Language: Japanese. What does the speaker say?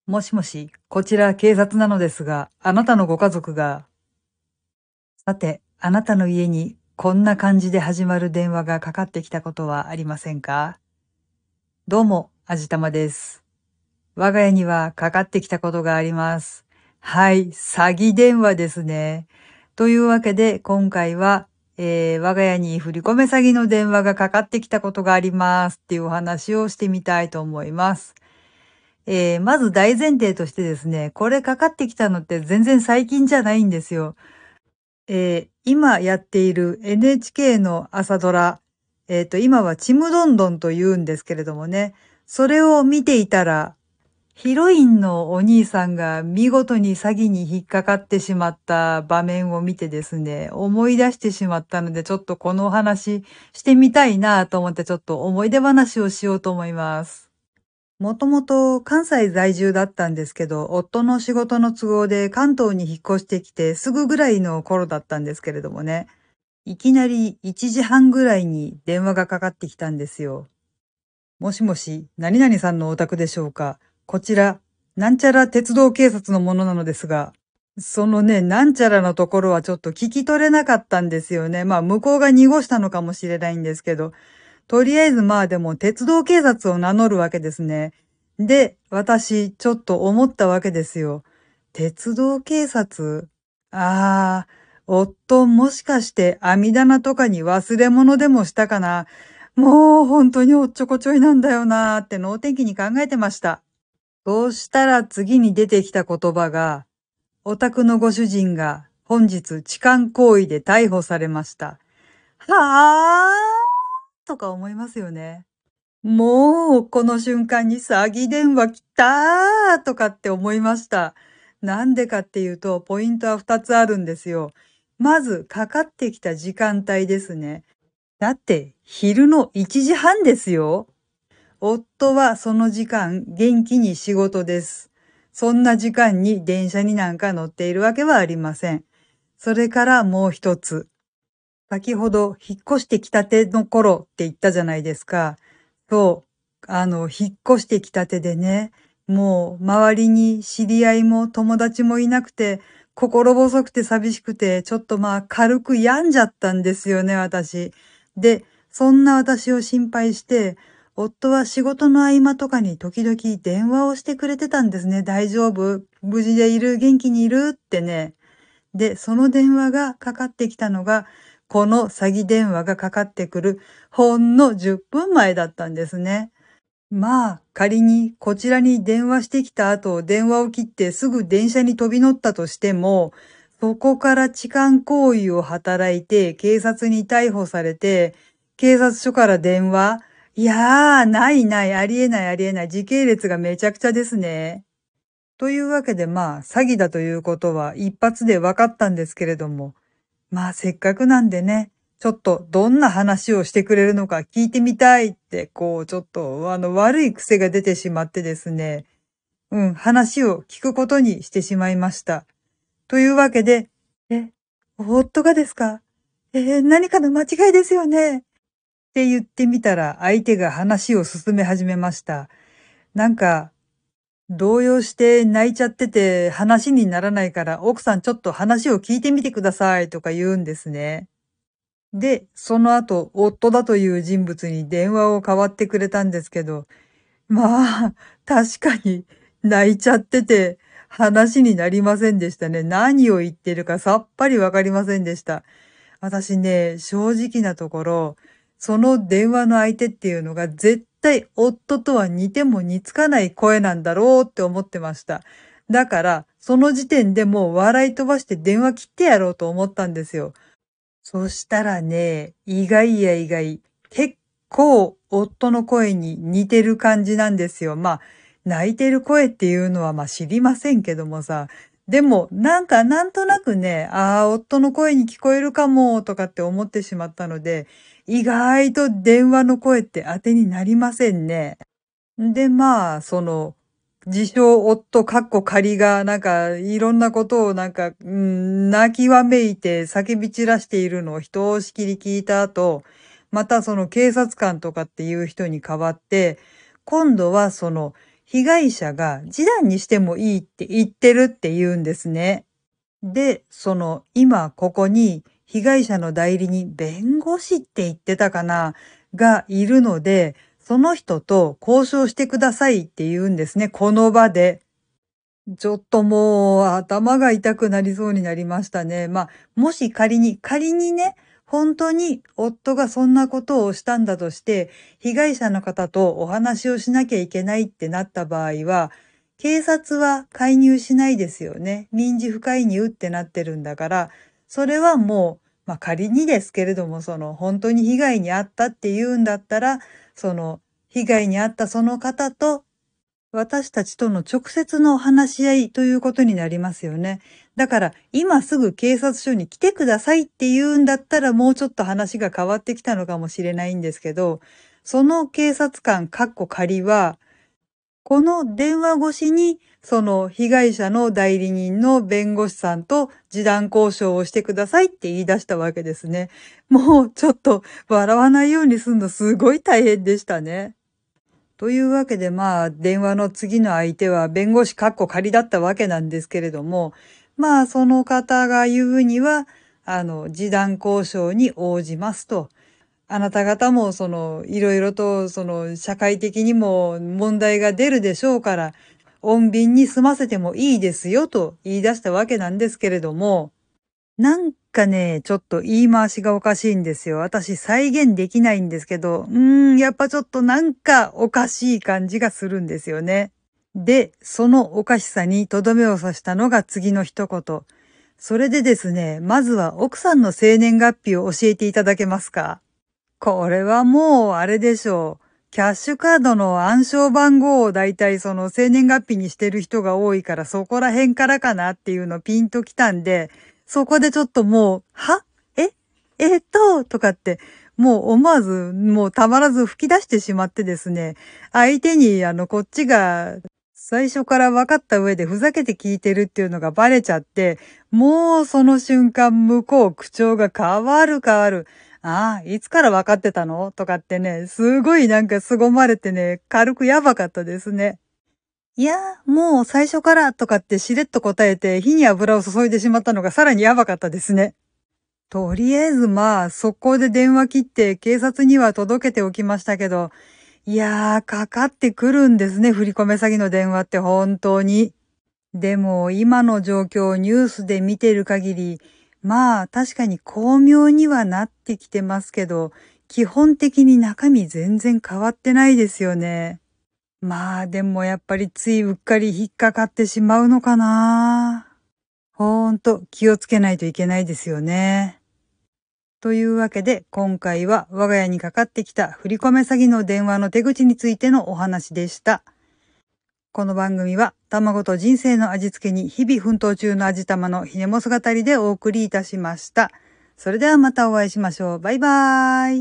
もしもし、こちら警察なのですが、あなたのご家族が、さて、あなたの家にこんな感じで始まる電話がかかってきたことはありませんか？どうも、あじたまです。我が家にはかかってきたことがあります。はい、詐欺電話ですね。というわけで、今回は、我が家に振り込め詐欺の電話がかかってきたことがありますっていうお話をしてみたいと思います。まず大前提としてですね、これかかってきたのって全然最近じゃないんですよ。今やっている NHK の朝ドラ、今はちむどんどんと言うんですけれどもね、それを見ていたら、ヒロインのお兄さんが見事に詐欺に引っかかってしまった場面を見てですね、思い出してしまったので、ちょっとこのお話してみたいなと思ってちょっと思い出話をしようと思います。もともと関西在住だったんですけど、夫の仕事の都合で関東に引っ越してきてすぐぐらいの頃だったんですけれどもね、いきなり1時半ぐらいに電話がかかってきたんですよ。もしもし、何々さんのお宅でしょうか。こちら、なんちゃら鉄道警察のものなのですが、そのね、なんちゃらのところはちょっと聞き取れなかったんですよね。まあ、向こうが濁したのかもしれないんですけど、とりあえずまあでも鉄道警察を名乗るわけですね。で、私ちょっと思ったわけですよ。鉄道警察。ああ、夫もしかして網棚とかに忘れ物でもしたかな。もう本当におっちょこちょいなんだよなーって能天気に考えてました。そうしたら次に出てきた言葉が、お宅のご主人が本日痴漢行為で逮捕されました。はあとか思いますよね。もう、この瞬間に詐欺電話来たーとかって思いました。なんでかっていうと、ポイントは2つあるんですよ。まず、かかってきた時間帯ですね。だって、昼の1時半ですよ。夫はその時間、元気に仕事です。そんな時間に電車になんか乗っているわけはありません。それからもう一つ。先ほど引っ越してきたての頃って言ったじゃないですか。そう、引っ越してきたてでね、もう周りに知り合いも友達もいなくて、心細くて寂しくて、ちょっとまあ軽く病んじゃったんですよね、私。で、そんな私を心配して、夫は仕事の合間とかに時々電話をしてくれてたんですね。大丈夫？無事でいる？元気にいる？ってね。で、その電話がかかってきたのが、この詐欺電話がかかってくるほんの10分前だったんですね。まあ、仮にこちらに電話してきた後、電話を切ってすぐ電車に飛び乗ったとしても、そこから痴漢行為を働いて警察に逮捕されて、警察署から電話。いやー、ないない、ありえないありえない、時系列がめちゃくちゃですね。というわけでまあ、詐欺だということは一発で分かったんですけれども、まあせっかくなんでね、ちょっとどんな話をしてくれるのか聞いてみたいって、こうちょっと悪い癖が出てしまってですね、話を聞くことにしてしまいました。というわけで、え、夫がですか？何かの間違いですよね？って言ってみたら相手が話を進め始めました。なんか、動揺して泣いちゃってて話にならないから奥さんちょっと話を聞いてみてくださいとか言うんですね。で、その後、夫だという人物に電話を代わってくれたんですけど、まあ、確かに泣いちゃってて話になりませんでしたね。何を言ってるかさっぱりわかりませんでした。私ね、正直なところ、その電話の相手っていうのが絶対夫とは似ても似つかない声なんだろうって思ってました。だから、その時点でもう笑い飛ばして電話切ってやろうと思ったんですよ。そしたらね、意外や意外、結構夫の声に似てる感じなんですよ。まあ、泣いてる声っていうのはまあ知りませんけどもさ、でもなんかなんとなくね、ああ、夫の声に聞こえるかもとかって思ってしまったので、意外と電話の声って当てになりませんね。で、まあ、自称夫かっこ仮が、なんか、いろんなことをなんか、泣きわめいて叫び散らしているのをひとしきり聞いた後、またその警察官とかっていう人に代わって、今度は被害者が示談にしてもいいって言ってるって言うんですね。で、今ここに被害者の代理人、弁護士って言ってたかながいるので、その人と交渉してくださいって言うんですね、この場で。ちょっともう頭が痛くなりそうになりましたね。もし仮にね、本当に夫がそんなことをしたんだとして、被害者の方とお話をしなきゃいけないってなった場合は、警察は介入しないですよね。民事不介入ってなってるんだから、それはもう、仮にですけれども、本当に被害に遭ったっていうんだったら、被害に遭ったその方と私たちとの直接の話し合いということになりますよね。だから、今すぐ警察署に来てくださいって言うんだったら、もうちょっと話が変わってきたのかもしれないんですけど、その警察官、仮は、この電話越しに、その被害者の代理人の弁護士さんと示談交渉をしてくださいって言い出したわけですね。もうちょっと笑わないようにすんのすごい大変でしたね。というわけで、電話の次の相手は弁護士仮だったわけなんですけれども、その方が言うには、示談交渉に応じますと。あなた方も、いろいろと、社会的にも問題が出るでしょうから、穏便に済ませてもいいですよと言い出したわけなんですけれども、なんかね、ちょっと言い回しがおかしいんですよ。私再現できないんですけど、やっぱちょっとなんかおかしい感じがするんですよね。で、そのおかしさにとどめを刺したのが次の一言。それでですね、まずは奥さんの生年月日を教えていただけますか？これはもうあれでしょう。キャッシュカードの暗証番号をだいたいその生年月日にしてる人が多いからそこら辺からかなっていうのピンときたんで、そこでちょっともう、えとかって、もう思わず、もうたまらず吹き出してしまってですね、相手にこっちが最初から分かった上でふざけて聞いてるっていうのがバレちゃって、もうその瞬間向こう口調が変わる。ああ、いつから分かってたのとかってね、すごいなんか凄まれてね、軽くやばかったですね。いや、もう最初からとかってしれっと答えて火に油を注いでしまったのがさらにやばかったですね。とりあえず速攻で電話切って警察には届けておきましたけど、いやー、かかってくるんですね、振り込め詐欺の電話って本当に。でも今の状況をニュースで見てる限り、確かに巧妙にはなってきてますけど、基本的に中身全然変わってないですよね。でもやっぱりついうっかり引っかかってしまうのかな。ほんと気をつけないといけないですよね。というわけで今回は我が家にかかってきた振り込め詐欺の電話の手口についてのお話でした。この番組は卵と人生の味付けに日々奮闘中の味玉のひねもす語りでお送りいたしました。それではまたお会いしましょう。バイバーイ。